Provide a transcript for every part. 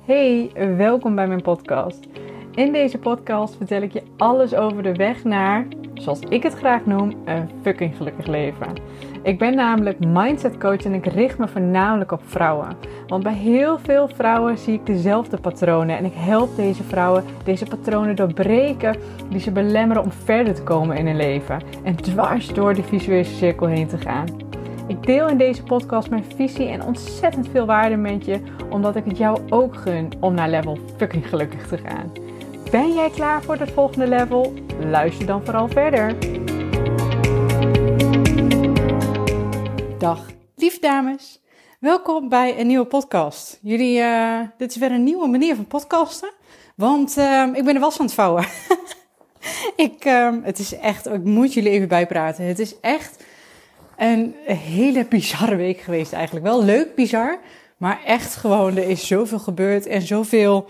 Hey, welkom bij mijn podcast. In deze podcast vertel ik je alles over de weg naar, zoals ik het graag noem, een fucking gelukkig leven. Ik ben namelijk mindset coach en ik richt me voornamelijk op vrouwen. Want bij heel veel vrouwen zie ik dezelfde patronen en ik help deze vrouwen deze patronen doorbreken die ze belemmeren om verder te komen in hun leven en dwars door de visuele cirkel heen te gaan. Ik deel in deze podcast mijn visie en ontzettend veel waarde met je, omdat ik het jou ook gun om naar level fucking gelukkig te gaan. Ben jij klaar voor het volgende level? Luister dan vooral verder. Dag, lieve dames. Welkom bij een nieuwe podcast. Dit is weer een nieuwe manier van podcasten, want ik ben de was aan het vouwen. Het is echt, ik moet jullie even bijpraten. Het is echt een hele bizarre week geweest eigenlijk. Wel leuk, bizar, maar echt gewoon, er is zoveel gebeurd en zoveel.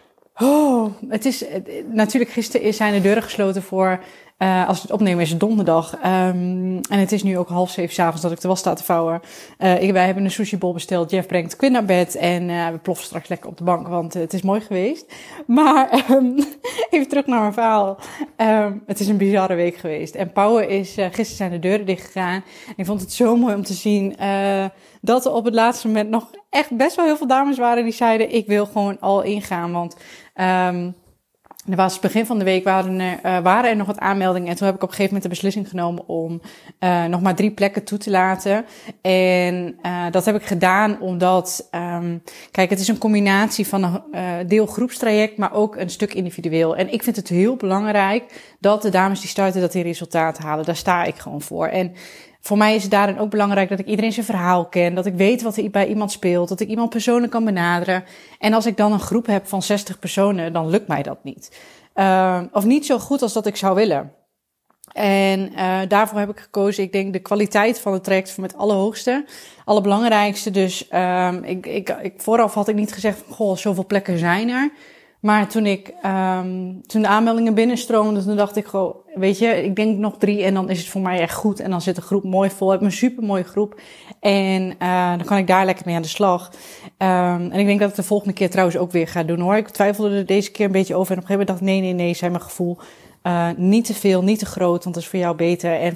Natuurlijk gisteren zijn de deuren gesloten voor, als we het opnemen is het donderdag. En het is nu ook 6:30 s'avonds dat ik de was sta te vouwen. Wij hebben een sushibol besteld. Jeff brengt Quinn naar bed en we ploffen straks lekker op de bank, want het is mooi geweest. Maar even terug naar mijn verhaal. Het is een bizarre week geweest. En Pauwe is, gisteren zijn de deuren dicht gegaan. En ik vond het zo mooi om te zien dat er op het laatste moment nog echt best wel heel veel dames waren die zeiden, ik wil gewoon al ingaan, want er was het begin van de week waren er nog wat aanmeldingen. En toen heb ik op een gegeven moment de beslissing genomen om nog maar 3 plekken toe te laten. En dat heb ik gedaan omdat, kijk, het is een combinatie van een deel groepstraject, maar ook een stuk individueel. En ik vind het heel belangrijk dat de dames die starten, dat die resultaten halen. Daar sta ik gewoon voor. En voor mij is het daarin ook belangrijk dat ik iedereen zijn verhaal ken. Dat ik weet wat er bij iemand speelt. Dat ik iemand persoonlijk kan benaderen. En als ik dan een groep heb van 60 personen, dan lukt mij dat niet. Of niet zo goed als dat ik zou willen. En daarvoor heb ik gekozen, ik denk de kwaliteit van het traject van het allerhoogste. Allerbelangrijkste. Dus vooraf had ik niet gezegd van, goh, zoveel plekken zijn er. Maar toen de aanmeldingen binnenstroomden, toen dacht ik gewoon, weet je, ik denk nog 3 en dan is het voor mij echt goed. En dan zit de groep mooi vol. Ik heb een super mooie groep. En dan kan ik daar lekker mee aan de slag. En ik denk dat ik de volgende keer trouwens ook weer ga doen hoor. Ik twijfelde er deze keer een beetje over. En op een gegeven moment dacht ik, nee, zei mijn gevoel. Niet te veel, niet te groot, want dat is voor jou beter. En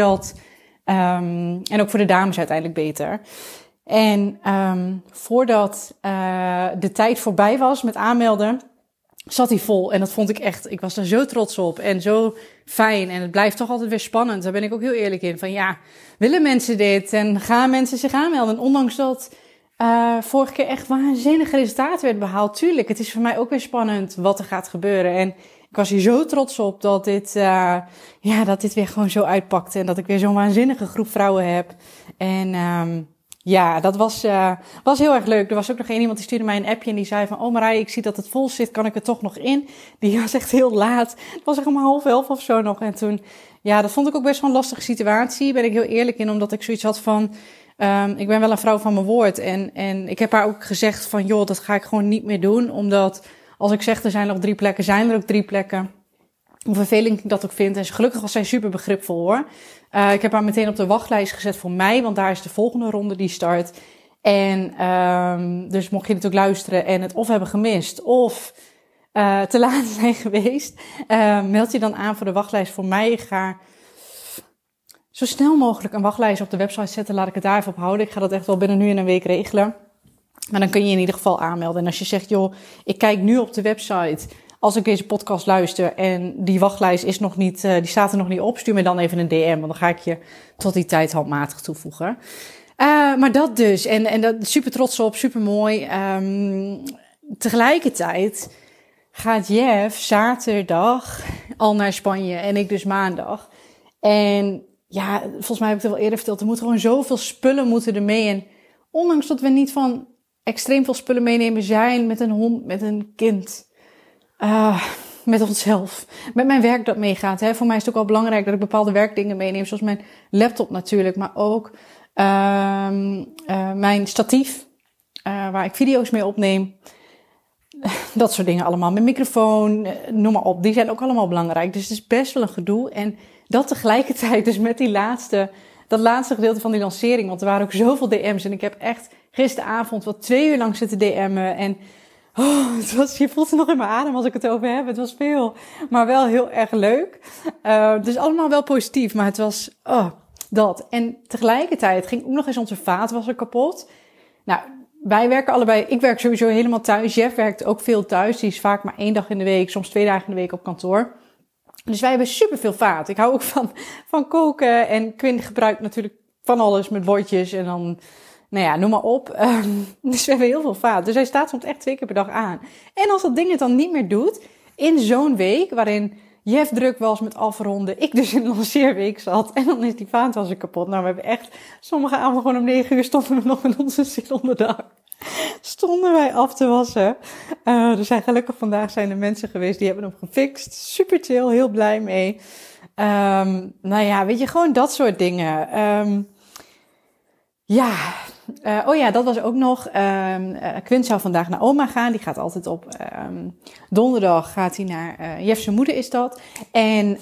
en ook voor de dames uiteindelijk beter. En voordat de tijd voorbij was met aanmelden, zat hij vol. En dat vond ik echt, ik was er zo trots op en zo fijn. En het blijft toch altijd weer spannend. Daar ben ik ook heel eerlijk in. Van ja, willen mensen dit? En gaan mensen zich aanmelden? En ondanks dat vorige keer echt waanzinnige resultaten werd behaald. Tuurlijk, het is voor mij ook weer spannend wat er gaat gebeuren. En ik was hier zo trots op dat dit weer gewoon zo uitpakte. En dat ik weer zo'n waanzinnige groep vrouwen heb. En dat was heel erg leuk. Er was ook nog iemand die stuurde mij een appje en die zei van, oh Marije, ik zie dat het vol zit, kan ik er toch nog in? Die was echt heel laat. Het was echt om 10:30 of zo nog. En toen, dat vond ik ook best wel een lastige situatie. Ben ik heel eerlijk in, omdat ik zoiets had van, ik ben wel een vrouw van mijn woord. En ik heb haar ook gezegd van, joh, dat ga ik gewoon niet meer doen. Omdat als ik zeg, er zijn nog 3 plekken, zijn er ook 3 plekken. Hoe vervelend ik dat ook vind. En gelukkig was zij super begripvol hoor. Ik heb haar meteen op de wachtlijst gezet voor mei, want daar is de volgende ronde die start. En dus mocht je natuurlijk luisteren en het of hebben gemist of te laat zijn geweest, meld je dan aan voor de wachtlijst voor mei. Ik ga zo snel mogelijk een wachtlijst op de website zetten. Laat ik het daar even op houden. Ik ga dat echt wel binnen nu en een week regelen. Maar dan kun je in ieder geval aanmelden. En als je zegt, joh, ik kijk nu op de website, als ik deze podcast luister en die wachtlijst is nog niet, die staat er nog niet op, stuur me dan even een DM, want dan ga ik je tot die tijd handmatig toevoegen. Maar dat dus. En dat super trots op, super mooi. Tegelijkertijd gaat Jeff zaterdag al naar Spanje en ik dus maandag. En ja, volgens mij heb ik het wel eerder verteld, er moeten gewoon zoveel spullen moeten er mee. En ondanks dat we niet van extreem veel spullen meenemen zijn met een hond, met een kind, met onszelf, met mijn werk dat meegaat. Hè. Voor mij is het ook wel belangrijk dat ik bepaalde werkdingen meeneem, zoals mijn laptop natuurlijk, maar ook mijn statief, waar ik video's mee opneem. Dat soort dingen allemaal. Mijn microfoon, noem maar op. Die zijn ook allemaal belangrijk. Dus het is best wel een gedoe. En dat tegelijkertijd dus met dat laatste gedeelte van die lancering. Want er waren ook zoveel DM's. En ik heb echt gisteravond wel 2 uur lang zitten DM'en. En Je voelt het nog in mijn adem als ik het over heb. Het was veel, maar wel heel erg leuk. Dus allemaal wel positief, maar het was dat. En tegelijkertijd ging ook nog eens onze vaatwasser kapot. Nou, wij werken allebei. Ik werk sowieso helemaal thuis. Jeff werkt ook veel thuis. Die is vaak maar 1 dag in de week, soms 2 dagen in de week op kantoor. Dus wij hebben superveel vaat. Ik hou ook van koken. En Quinn gebruikt natuurlijk van alles met bordjes en dan, nou ja, noem maar op. Dus we hebben heel veel vaat. Dus hij staat soms echt 2 keer per dag aan. En als dat ding het dan niet meer doet, in zo'n week waarin Jeff druk was met afronden, ik dus in een lanceerweek zat en dan is die vaatwasser kapot. Nou, we hebben echt sommige avonden gewoon om 9 uur stonden we nog met onze ziel onder de dak. Stonden wij af te wassen. Er zijn gelukkig vandaag zijn er mensen geweest die hebben hem gefixt. Super chill, heel blij mee. Nou ja, weet je, gewoon dat soort dingen. Dat was ook nog. Quinn zou vandaag naar oma gaan. Die gaat altijd op donderdag gaat hij naar Jeff's moeder is dat. En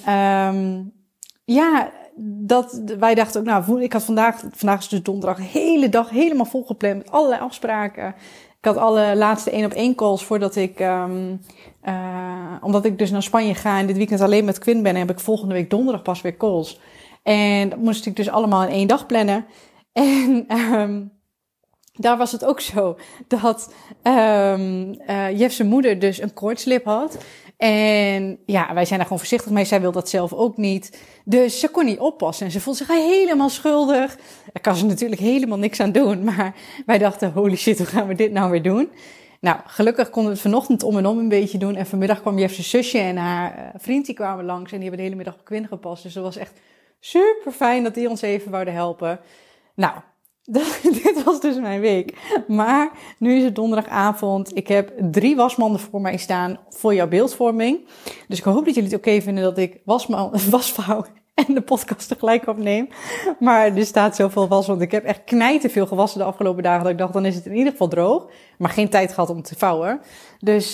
wij dachten ook, nou, ik had vandaag is dus donderdag, de hele dag helemaal volgepland met allerlei afspraken. Ik had alle laatste 1-op-1 calls voordat ik, omdat ik dus naar Spanje ga en dit weekend alleen met Quinn ben, heb ik volgende week donderdag pas weer calls. En dat moest ik dus allemaal in 1 dag plannen. En daar was het ook zo dat Jeff's moeder dus een koortslip had. En ja, wij zijn daar gewoon voorzichtig mee. Zij wil dat zelf ook niet. Dus ze kon niet oppassen. En ze voelde zich helemaal schuldig. Daar kan ze natuurlijk helemaal niks aan doen. Maar wij dachten, holy shit, hoe gaan we dit nou weer doen? Nou, gelukkig konden we het vanochtend om en om een beetje doen. En vanmiddag kwam Jeff's zusje en haar vriend, die kwamen langs. En die hebben de hele middag op Quinn gepast. Dus dat was echt super fijn dat die ons even wouden helpen. Nou, dit was dus mijn week. Maar nu is het donderdagavond. Ik heb 3 wasmanden voor mij staan voor jouw beeldvorming. Dus ik hoop dat jullie het oké vinden dat ik wasvouw en de podcast tegelijk opneem. Maar er staat zoveel was, want ik heb echt knijteveel gewassen de afgelopen dagen. Dat ik dacht, dan is het in ieder geval droog. Maar geen tijd gehad om te vouwen. Dus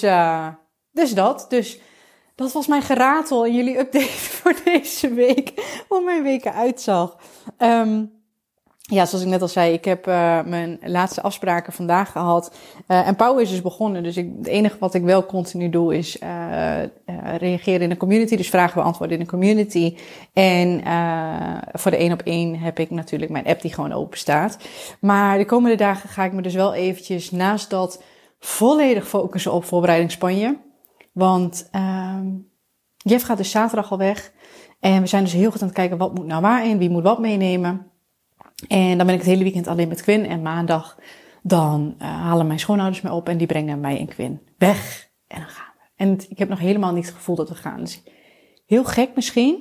dat was mijn geratel en jullie update voor deze week. Hoe mijn week eruit zag. Ja, zoals ik net al zei, ik heb mijn laatste afspraken vandaag gehad. En Pauw is dus begonnen. Dus het enige wat ik wel continu doe is reageren in de community. Dus vragen beantwoorden in de community. En voor de 1-op-1 heb ik natuurlijk mijn app die gewoon open staat. Maar de komende dagen ga ik me dus wel eventjes naast dat volledig focussen op voorbereiding Spanje. Want Jeff gaat dus zaterdag al weg. En we zijn dus heel goed aan het kijken wat moet nou waar en wie moet wat meenemen. En dan ben ik het hele weekend alleen met Quinn. En maandag dan halen mijn schoonouders me op en die brengen mij en Quinn weg. En dan gaan we. En ik heb nog helemaal niet het gevoel dat we gaan. Dus heel gek misschien.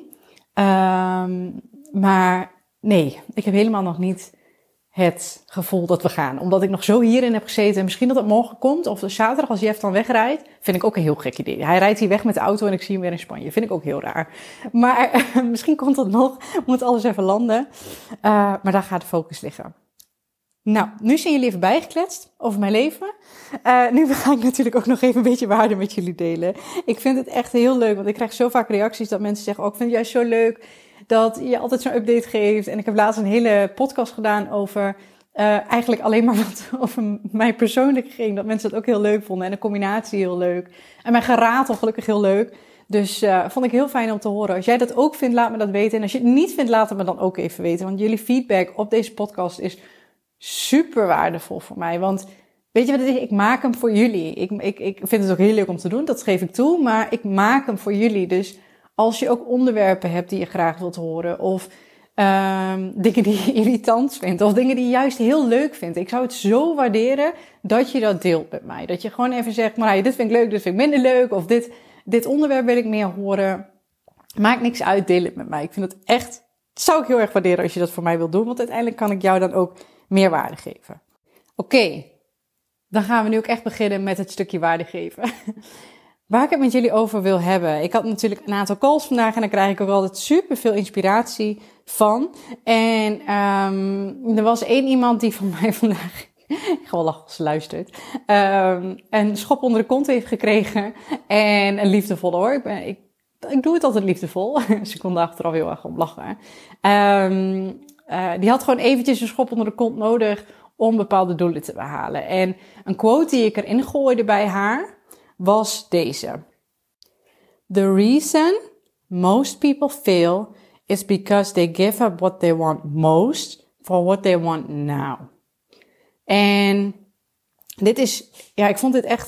Maar nee, ik heb helemaal nog niet het gevoel dat we gaan. Omdat ik nog zo hierin heb gezeten. En misschien dat het morgen komt. Of zaterdag als Jeff dan wegrijdt. Vind ik ook een heel gek idee. Hij rijdt hier weg met de auto en ik zie hem weer in Spanje. Vind ik ook heel raar. Maar misschien komt dat nog. Moet alles even landen. Maar daar gaat de focus liggen. Nou, nu zijn jullie even bijgekletst over mijn leven. Nu ga ik natuurlijk ook nog even een beetje waarde met jullie delen. Ik vind het echt heel leuk. Want ik krijg zo vaak reacties dat mensen zeggen... Oh, ik vind het juist zo leuk dat je altijd zo'n update geeft. En ik heb laatst een hele podcast gedaan over... eigenlijk alleen maar wat over mij persoonlijk ging. Dat mensen het ook heel leuk vonden. En de combinatie heel leuk. En mijn geratel gelukkig heel leuk. Dus vond ik heel fijn om te horen. Als jij dat ook vindt, laat me dat weten. En als je het niet vindt, laat het me dan ook even weten. Want jullie feedback op deze podcast is super waardevol voor mij. Want weet je wat het is? Ik maak hem voor jullie. Ik vind het ook heel leuk om te doen. Dat geef ik toe. Maar ik maak hem voor jullie. Dus als je ook onderwerpen hebt die je graag wilt horen. Of dingen die je irritant vindt. Of dingen die je juist heel leuk vindt. Ik zou het zo waarderen dat je dat deelt met mij. Dat je gewoon even zegt, maar dit vind ik leuk, dit vind ik minder leuk. Of dit onderwerp wil ik meer horen. Maakt niks uit, deel het met mij. Ik vind het echt, zou ik heel erg waarderen als je dat voor mij wilt doen. Want uiteindelijk kan ik jou dan ook meer waarde geven. Oké, dan gaan we nu ook echt beginnen met het stukje waarde geven. Waar ik het met jullie over wil hebben. Ik had natuurlijk een aantal calls vandaag en daar krijg ik ook altijd super veel inspiratie van. En er was één iemand die van mij vandaag, ik ga wel lachen als ze luistert, een schop onder de kont heeft gekregen. En een liefdevolle hoor. Ik doe het altijd liefdevol. Ze kon daar achteraf heel erg om lachen. Die had gewoon eventjes een schop onder de kont nodig om bepaalde doelen te behalen. En een quote die ik erin gooide bij haar was deze. The reason most people fail is because they give up what they want most for what they want now. En dit is, ja, ik vond dit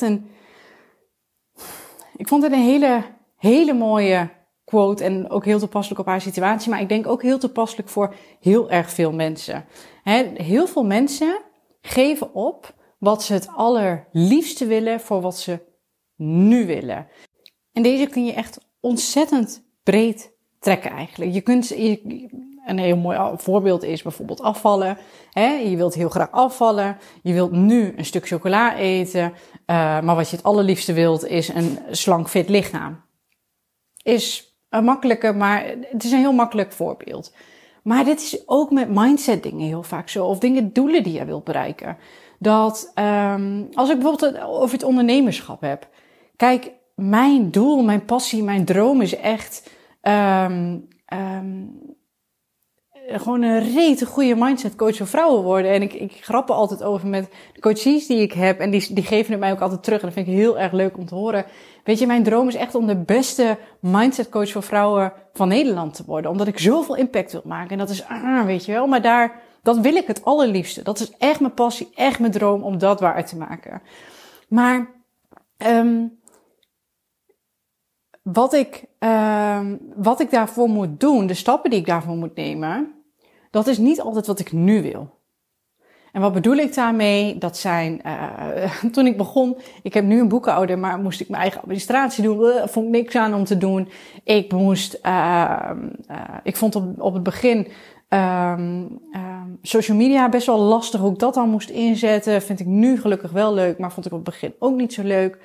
een hele mooie quote en ook heel toepasselijk op haar situatie, maar ik denk ook heel toepasselijk voor heel erg veel mensen. Heel veel mensen geven op wat ze het allerliefste willen voor wat ze nu willen. En deze kun je echt ontzettend breed trekken eigenlijk. Een heel mooi voorbeeld is bijvoorbeeld afvallen. Je wilt heel graag afvallen. Je wilt nu een stuk chocola eten. Maar wat je het allerliefste wilt is een slank fit lichaam. Is een makkelijke, maar het is een heel makkelijk voorbeeld. Maar dit is ook met mindset dingen heel vaak zo. Of doelen die je wilt bereiken. Dat als ik bijvoorbeeld over het ondernemerschap heb. Kijk, mijn doel, mijn passie, mijn droom is echt gewoon een rete goede mindset coach voor vrouwen worden. En ik grap er altijd over met de coaches die ik heb. En die geven het mij ook altijd terug. En dat vind ik heel erg leuk om te horen. Weet je, mijn droom is echt om de beste mindset coach voor vrouwen van Nederland te worden. Omdat ik zoveel impact wil maken. En dat is, weet je wel. Maar dat wil ik het allerliefste. Dat is echt mijn passie, echt mijn droom om dat waar te maken. Maar wat ik daarvoor moet doen, de stappen die ik daarvoor moet nemen, dat is niet altijd wat ik nu wil. En wat bedoel ik daarmee? Dat zijn, toen ik begon, ik heb nu een boekhouder, maar moest ik mijn eigen administratie doen, vond ik niks aan om te doen. Ik vond op het begin social media best wel lastig hoe ik dat dan moest inzetten. Vind ik nu gelukkig wel leuk, maar vond ik op het begin ook niet zo leuk.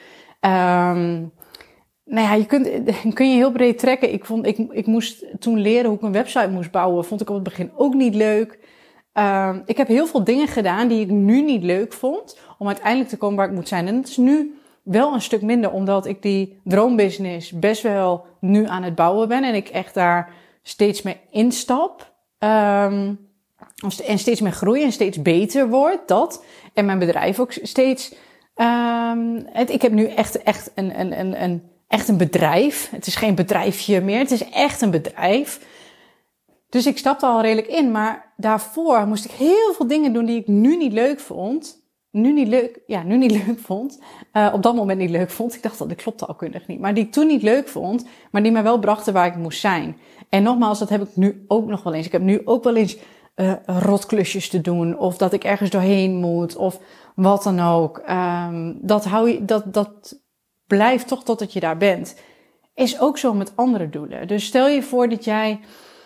Nou ja, kun je heel breed trekken. Ik moest toen leren hoe ik een website moest bouwen. Vond ik op het begin ook niet leuk. Ik heb heel veel dingen gedaan die ik nu niet leuk vond. Om uiteindelijk te komen waar ik moet zijn. En het is nu wel een stuk minder. Omdat ik die droombusiness best wel nu aan het bouwen ben. En ik echt daar steeds meer instap. En steeds meer groei en steeds beter word. Dat. En mijn bedrijf ook steeds. Ik heb nu echt een bedrijf. Het is geen bedrijfje meer. Het is echt een bedrijf. Dus ik stapte al redelijk in. Maar daarvoor moest ik heel veel dingen doen die ik nu niet leuk vond. Nu niet leuk vond. Op dat moment niet leuk vond. Ik dacht dat klopte alkundig niet. Maar die ik toen niet leuk vond. Maar die mij wel brachten waar ik moest zijn. En nogmaals, dat heb ik nu ook nog wel eens. Ik heb nu ook wel eens rotklusjes te doen. Of dat ik ergens doorheen moet. Of wat dan ook. Dat blijft toch totdat je daar bent. Is ook zo met andere doelen. Dus stel je voor dat jij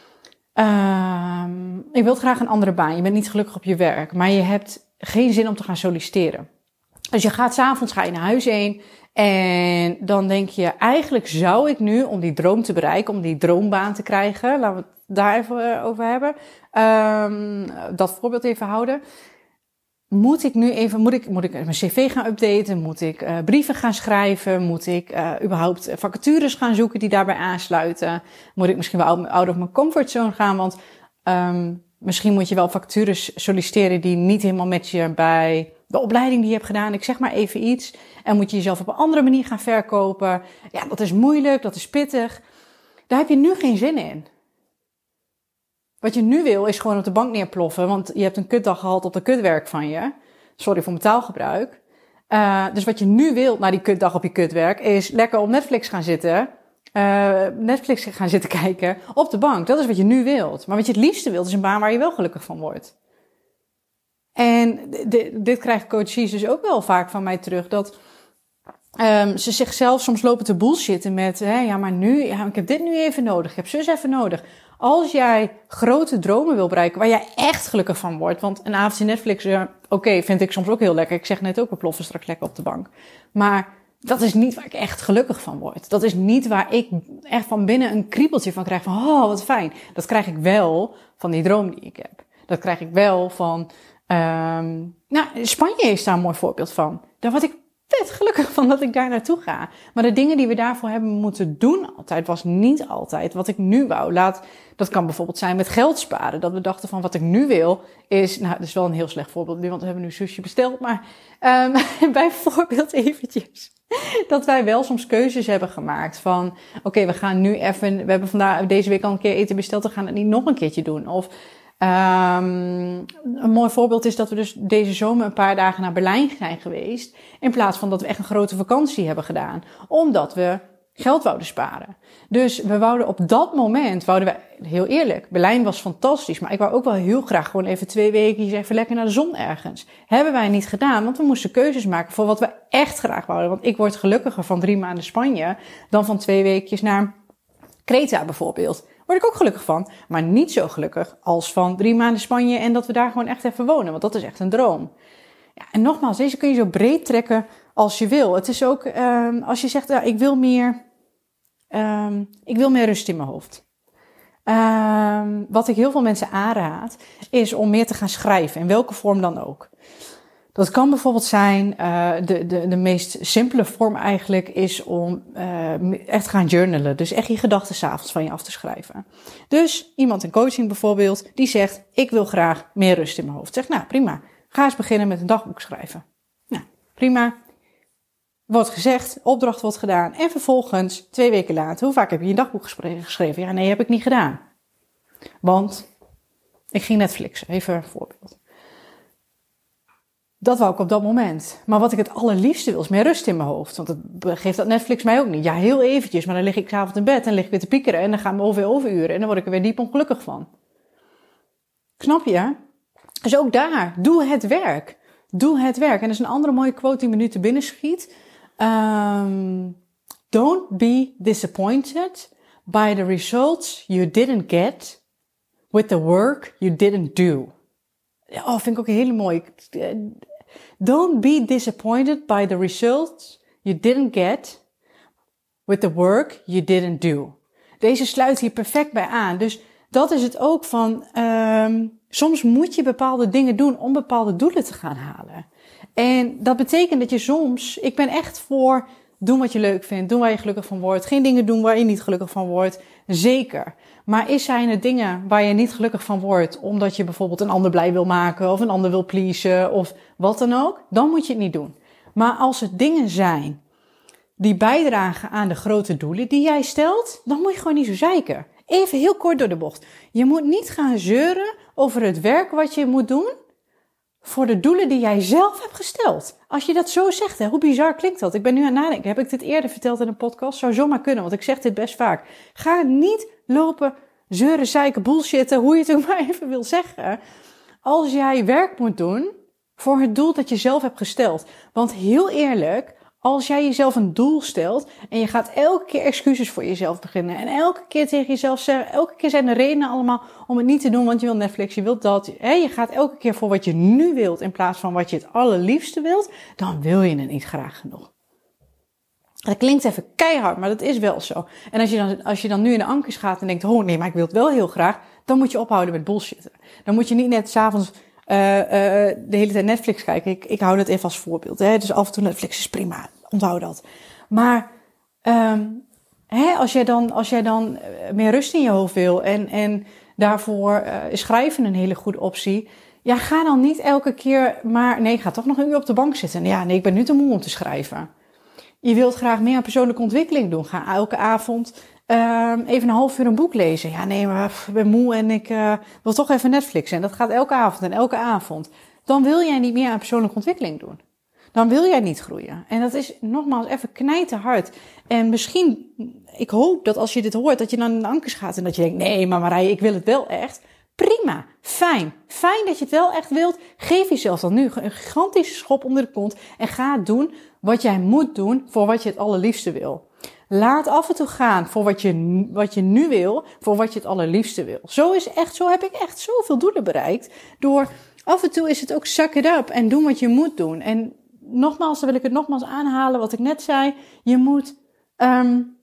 je wilt graag een andere baan. Je bent niet gelukkig op je werk. Maar je hebt geen zin om te gaan solliciteren. Dus je gaat 's avonds naar huis heen. En dan denk je, eigenlijk zou ik nu, om die droom te bereiken, om die droombaan te krijgen. Laten we het daar even over hebben. Dat voorbeeld even houden. Moet ik mijn cv gaan updaten? Moet ik brieven gaan schrijven? Moet ik überhaupt vacatures gaan zoeken die daarbij aansluiten? Moet ik misschien wel out of mijn comfortzone gaan? Want misschien moet je wel vacatures solliciteren die niet helemaal matchen bij de opleiding die je hebt gedaan. Ik zeg maar even iets. En moet je jezelf op een andere manier gaan verkopen. Ja, dat is moeilijk, dat is pittig. Daar heb je nu geen zin in. Wat je nu wil is gewoon op de bank neerploffen, want je hebt een kutdag gehad op de kutwerk van je. Sorry voor mijn taalgebruik. Dus wat je nu wilt na die kutdag op je kutwerk is lekker op Netflix gaan zitten. Netflix gaan zitten kijken op de bank. Dat is wat je nu wilt. Maar wat je het liefste wilt is een baan waar je wel gelukkig van wordt. En dit krijgen coaches dus ook wel vaak van mij terug. Dat ze zichzelf soms lopen te bullshitten met, ik heb dit nu even nodig. Ik heb zus even nodig. Als jij grote dromen wil bereiken, waar jij echt gelukkig van wordt. Want een avondje Netflix, vind ik soms ook heel lekker. Ik zeg net ook, we ploffen straks lekker op de bank. Maar dat is niet waar ik echt gelukkig van word. Dat is niet waar ik echt van binnen een kriebeltje van krijg. Van, oh, wat fijn. Dat krijg ik wel van die droom die ik heb. Dat krijg ik wel van, Spanje is daar een mooi voorbeeld van. Daar word ik vet gelukkig van dat ik daar naartoe ga. Maar de dingen die we daarvoor hebben moeten doen altijd, was niet altijd wat ik nu wou. Dat kan bijvoorbeeld zijn met geld sparen. Dat we dachten van wat ik nu wil is, nou, dat is wel een heel slecht voorbeeld nu, want we hebben nu sushi besteld. Maar bijvoorbeeld eventjes, dat wij wel soms keuzes hebben gemaakt van, oké, we gaan nu even, we hebben deze week al een keer eten besteld, we gaan het niet nog een keertje doen. Of een mooi voorbeeld is dat we dus deze zomer een paar dagen naar Berlijn zijn geweest, in plaats van dat we echt een grote vakantie hebben gedaan, omdat we geld wouden sparen. Dus we wouden op dat moment, heel eerlijk, Berlijn was fantastisch, maar ik wou ook wel heel graag gewoon even 2 weken even lekker naar de zon ergens. Hebben wij niet gedaan, want we moesten keuzes maken voor wat we echt graag wouden. Want ik word gelukkiger van 3 maanden Spanje dan van 2 weekjes naar Kreta bijvoorbeeld. Word ik ook gelukkig van, maar niet zo gelukkig als van 3 maanden Spanje en dat we daar gewoon echt even wonen, want dat is echt een droom. Ja, en nogmaals, deze kun je zo breed trekken als je wil. Het is ook, als je zegt, ik wil meer rust in mijn hoofd. Wat ik heel veel mensen aanraad, is om meer te gaan schrijven, in welke vorm dan ook. Dat kan bijvoorbeeld zijn, de meest simpele vorm eigenlijk is om echt te gaan journalen. Dus echt je gedachten 's avonds van je af te schrijven. Dus iemand in coaching bijvoorbeeld, die zegt, ik wil graag meer rust in mijn hoofd. Zegt, nou prima, ga eens beginnen met een dagboek schrijven. Nou, prima. Wordt gezegd, opdracht wordt gedaan en vervolgens 2 weken later, hoe vaak heb je een dagboek geschreven? Ja, nee, heb ik niet gedaan. Want ik ging Netflixen, even een voorbeeld. Dat wou ik op dat moment. Maar wat ik het allerliefste wil is meer rust in mijn hoofd. Want dat geeft dat Netflix mij ook niet. Ja, heel eventjes, maar dan lig ik 's avonds in bed en lig ik weer te piekeren en dan gaan we weer overuren en dan word ik er weer diep ongelukkig van. Snap je? Dus ook daar, doe het werk. Doe het werk. En dat is een andere mooie quote die me nu te binnen schiet. Don't be disappointed by the results you didn't get with the work you didn't do. Oh, vind ik ook een hele mooie. Don't be disappointed by the results you didn't get with the work you didn't do. Deze sluit hier perfect bij aan. Dus dat is het ook van, soms moet je bepaalde dingen doen om bepaalde doelen te gaan halen. En dat betekent dat je soms, ik ben echt voor doen wat je leuk vindt, doen waar je gelukkig van wordt. Geen dingen doen waar je niet gelukkig van wordt. Zeker. Maar zijn er dingen waar je niet gelukkig van wordt, omdat je bijvoorbeeld een ander blij wil maken of een ander wil pleasen of wat dan ook, dan moet je het niet doen. Maar als er dingen zijn die bijdragen aan de grote doelen die jij stelt, dan moet je gewoon niet zo zeiken. Even heel kort door de bocht. Je moet niet gaan zeuren over het werk wat je moet doen voor de doelen die jij zelf hebt gesteld. Als je dat zo zegt, hoe bizar klinkt dat? Ik ben nu aan het nadenken. Heb ik dit eerder verteld in een podcast? Zou zomaar kunnen, want ik zeg dit best vaak. Ga niet lopen zeuren, zeiken, bullshitten, hoe je het ook maar even wil zeggen. Als jij werk moet doen voor het doel dat je zelf hebt gesteld. Want heel eerlijk, als jij jezelf een doel stelt en je gaat elke keer excuses voor jezelf beginnen en elke keer tegen jezelf zeggen, elke keer zijn de redenen allemaal om het niet te doen, want je wil Netflix, je wilt dat. Je gaat elke keer voor wat je nu wilt in plaats van wat je het allerliefste wilt, dan wil je het niet graag genoeg. Dat klinkt even keihard, maar dat is wel zo. En als je dan nu in de ankers gaat en denkt, oh nee, maar ik wil het wel heel graag, dan moet je ophouden met bullshitten. Dan moet je niet net 's avonds de hele tijd Netflix kijken. Ik hou dat even als voorbeeld. Dus af en toe Netflix is prima. Onthoud dat. Maar als jij dan meer rust in je hoofd wil en daarvoor is schrijven een hele goede optie. Ja, ga dan niet elke keer maar, nee, ga toch nog een uur op de bank zitten. Ja, nee, ik ben nu te moe om te schrijven. Je wilt graag meer aan persoonlijke ontwikkeling doen. Ga elke avond even een half uur een boek lezen. Ja, nee, maar ik ben moe en ik wil toch even Netflixen. En dat gaat elke avond en elke avond. Dan wil jij niet meer aan persoonlijke ontwikkeling doen. Dan wil jij niet groeien. En dat is nogmaals even knijterhard. En misschien, ik hoop dat als je dit hoort, dat je dan in de ankers gaat en dat je denkt, nee, maar Marije, ik wil het wel echt. Prima, fijn. Fijn dat je het wel echt wilt. Geef jezelf dan nu een gigantische schop onder de kont en ga doen wat jij moet doen voor wat je het allerliefste wil. Laat af en toe gaan voor wat je nu wil, voor wat je het allerliefste wil. Zo heb ik echt zoveel doelen bereikt. Door af en toe is het ook suck it up en doen wat je moet doen. En nogmaals, dan wil ik het nogmaals aanhalen wat ik net zei. Je moet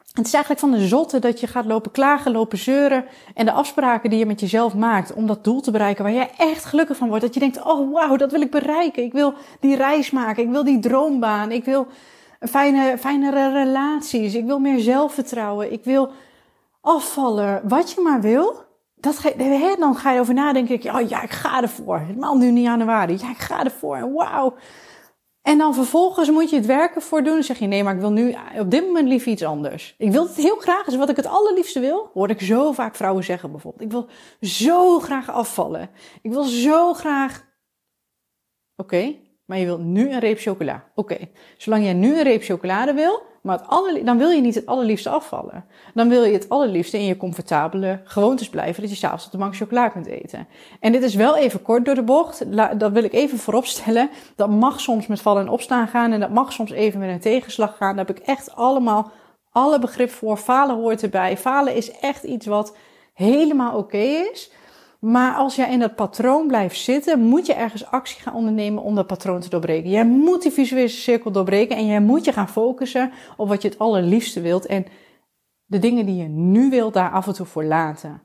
Het is eigenlijk van de zotte dat je gaat lopen klagen, lopen zeuren. En de afspraken die je met jezelf maakt om dat doel te bereiken waar jij echt gelukkig van wordt. Dat je denkt, oh wauw, dat wil ik bereiken. Ik wil die reis maken. Ik wil die droombaan. Ik wil fijnere relaties. Ik wil meer zelfvertrouwen. Ik wil afvallen. Wat je maar wil. Dan ga je over nadenken. Oh ja, ik ga ervoor. Helemaal nu in januari. Ja, ik ga ervoor. En wauw. En dan vervolgens moet je het werken voor doen. Dan zeg je, nee, maar ik wil nu op dit moment liever iets anders. Ik wil het heel graag, is wat ik het allerliefste wil. Hoor ik zo vaak vrouwen zeggen bijvoorbeeld. Ik wil zo graag afvallen. Ik wil zo graag... Oké, maar je wilt nu een reep chocola. Oké, zolang jij nu een reep chocolade wil, maar dan wil je niet het allerliefste afvallen. Dan wil je het allerliefste in je comfortabele gewoontes blijven, dat je 's avonds op de bank chocola kunt eten. En dit is wel even kort door de bocht, dat wil ik even vooropstellen. Dat mag soms met vallen en opstaan gaan en dat mag soms even met een tegenslag gaan. Daar heb ik echt alle begrip voor. Falen hoort erbij. Falen is echt iets wat helemaal oké is. Maar als jij in dat patroon blijft zitten, moet je ergens actie gaan ondernemen om dat patroon te doorbreken. Jij moet die visuele cirkel doorbreken en jij moet je gaan focussen op wat je het allerliefste wilt. En de dingen die je nu wilt, daar af en toe voor laten.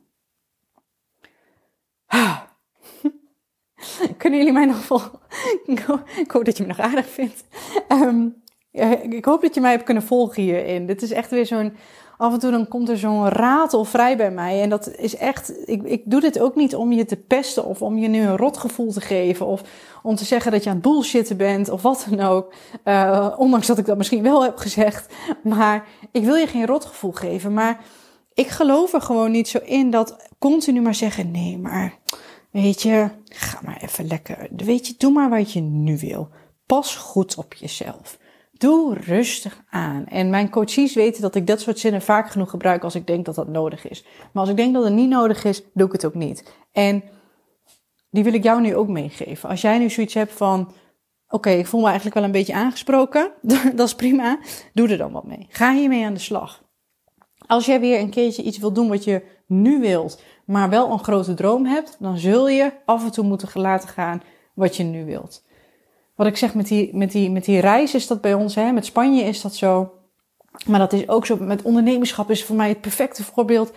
Kunnen jullie mij nog volgen? Ik hoop dat je me nog aardig vindt. Ik hoop dat je mij hebt kunnen volgen hierin. Dit is echt weer zo'n... Af en toe dan komt er zo'n ratel vrij bij mij. En dat is echt... Ik doe dit ook niet om je te pesten of om je nu een rotgevoel te geven. Of om te zeggen dat je aan het bullshitten bent of wat dan ook. Ondanks dat ik dat misschien wel heb gezegd. Maar ik wil je geen rotgevoel geven. Maar ik geloof er gewoon niet zo in dat continu maar zeggen... Nee, maar weet je, ga maar even lekker. Weet je, doe maar wat je nu wil. Pas goed op jezelf. Doe rustig aan. En mijn coaches weten dat ik dat soort zinnen vaak genoeg gebruik als ik denk dat dat nodig is. Maar als ik denk dat het niet nodig is, doe ik het ook niet. En die wil ik jou nu ook meegeven. Als jij nu zoiets hebt van, oké, ik voel me eigenlijk wel een beetje aangesproken. Dat is prima. Doe er dan wat mee. Ga hiermee aan de slag. Als jij weer een keertje iets wilt doen wat je nu wilt, maar wel een grote droom hebt, dan zul je af en toe moeten laten gaan wat je nu wilt. Wat ik zeg met die reis is dat bij ons, hè, met Spanje is dat zo. Maar dat is ook zo, met ondernemerschap is voor mij het perfecte voorbeeld.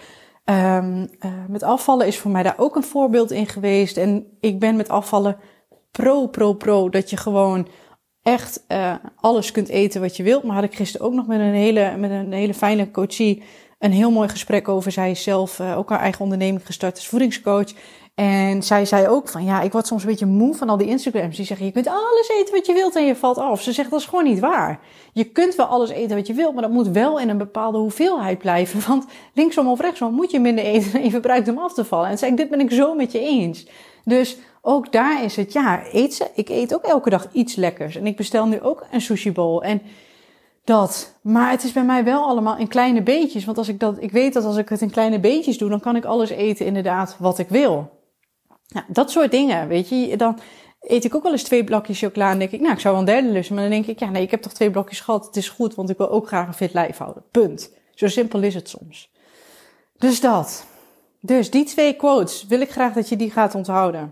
Met afvallen is voor mij daar ook een voorbeeld in geweest. En ik ben met afvallen pro. Dat je gewoon echt alles kunt eten wat je wilt. Maar had ik gisteren ook nog met een hele fijne coachie een heel mooi gesprek over. Zij is zelf ook haar eigen onderneming gestart als voedingscoach. En zij zei ook van, ja, ik word soms een beetje moe van al die Instagrams. Die zeggen, je kunt alles eten wat je wilt en je valt af. Ze zegt, dat is gewoon niet waar. Je kunt wel alles eten wat je wilt, maar dat moet wel in een bepaalde hoeveelheid blijven. Want linksom of rechtsom moet je minder eten en je verbruikt om af te vallen. En zei ik, dit ben ik zo met je eens. Dus ook daar is het, ja, ik eet ook elke dag iets lekkers. En ik bestel nu ook een sushi bowl en dat. Maar het is bij mij wel allemaal in kleine beetjes. Want ik weet dat als ik het in kleine beetjes doe, dan kan ik alles eten inderdaad wat ik wil. Ja, dat soort dingen, weet je. Dan eet ik ook wel eens 2 blokjes chocola en denk ik, nou, ik zou wel een derde lusten. Maar dan denk ik, ja, nee, ik heb toch 2 blokjes gehad. Het is goed, want ik wil ook graag een fit lijf houden. Punt. Zo simpel is het soms. Dus dat. Dus die 2 quotes wil ik graag dat je die gaat onthouden.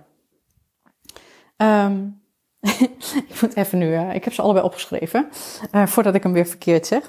Ik moet even nu, ik heb ze allebei opgeschreven, voordat ik hem weer verkeerd zeg.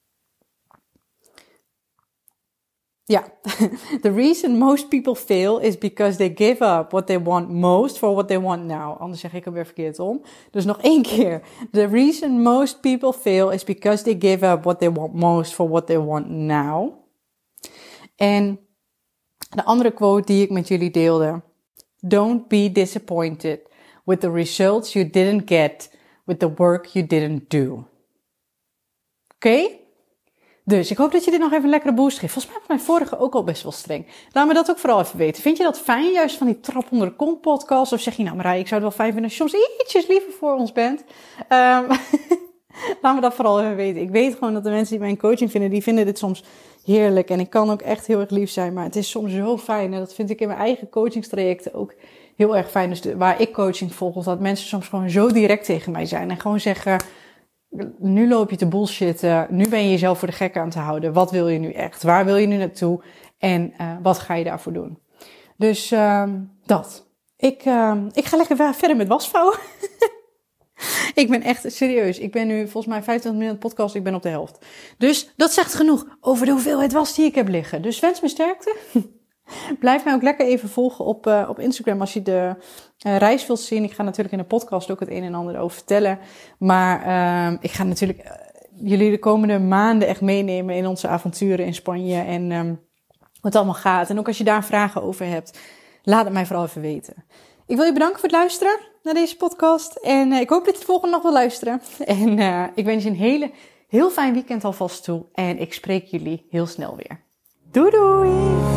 Ja, the reason most people fail is because they give up what they want most for what they want now. Anders zeg ik hem weer verkeerd om. Dus nog 1 keer. The reason most people fail is because they give up what they want most for what they want now. En de andere quote die ik met jullie deelde. Don't be disappointed with the results you didn't get with the work you didn't do. Oké? Dus ik hoop dat je dit nog even een lekkere boost geeft. Volgens mij was mijn vorige ook al best wel streng. Laat me dat ook vooral even weten. Vind je dat fijn, juist van die trap onder de kont podcast? Of zeg je, nou Marije, ik zou het wel fijn vinden als je soms ietsjes liever voor ons bent. Laat me dat vooral even weten. Ik weet gewoon dat de mensen die mijn coaching vinden, die vinden dit soms heerlijk. En ik kan ook echt heel erg lief zijn. Maar het is soms zo fijn. En dat vind ik in mijn eigen coachingstrajecten ook heel erg fijn. Dus waar ik coaching volg, dat mensen soms gewoon zo direct tegen mij zijn. En gewoon zeggen, nu loop je te bullshitten. Nu ben je jezelf voor de gek aan te houden. Wat wil je nu echt? Waar wil je nu naartoe? En wat ga je daarvoor doen? Dus dat. Ik ga lekker verder met wasvouwen. Ik ben echt serieus. Ik ben nu volgens mij 25 minuten podcast. Ik ben op de helft. Dus dat zegt genoeg over de hoeveelheid was die ik heb liggen. Dus wens me sterkte. Blijf mij ook lekker even volgen op Instagram als je de reis wilt zien. Ik ga natuurlijk in de podcast ook het een en ander over vertellen. Maar ik ga natuurlijk jullie de komende maanden echt meenemen in onze avonturen in Spanje. En hoe het allemaal gaat. En ook als je daar vragen over hebt, laat het mij vooral even weten. Ik wil je bedanken voor het luisteren naar deze podcast. En ik hoop dat je het volgende nog wil luisteren. En ik wens je een heel fijn weekend alvast toe. En ik spreek jullie heel snel weer. Doei doei!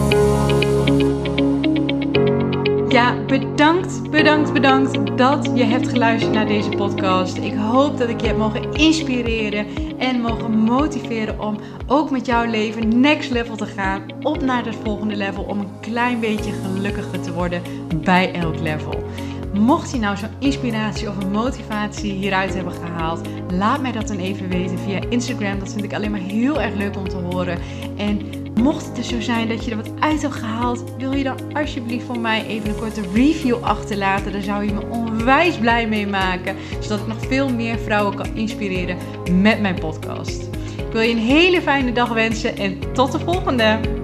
Ja, bedankt dat je hebt geluisterd naar deze podcast. Ik hoop dat ik je heb mogen inspireren en mogen motiveren om ook met jouw leven next level te gaan. Op naar het volgende level om een klein beetje gelukkiger te worden bij elk level. Mocht je nou zo'n inspiratie of een motivatie hieruit hebben gehaald, laat mij dat dan even weten via Instagram. Dat vind ik alleen maar heel erg leuk om te horen. En mocht het dus zo zijn dat je er wat uit hebt gehaald, wil je dan alsjeblieft voor mij even een korte review achterlaten. Daar zou je me onwijs blij mee maken, zodat ik nog veel meer vrouwen kan inspireren met mijn podcast. Ik wil je een hele fijne dag wensen en tot de volgende!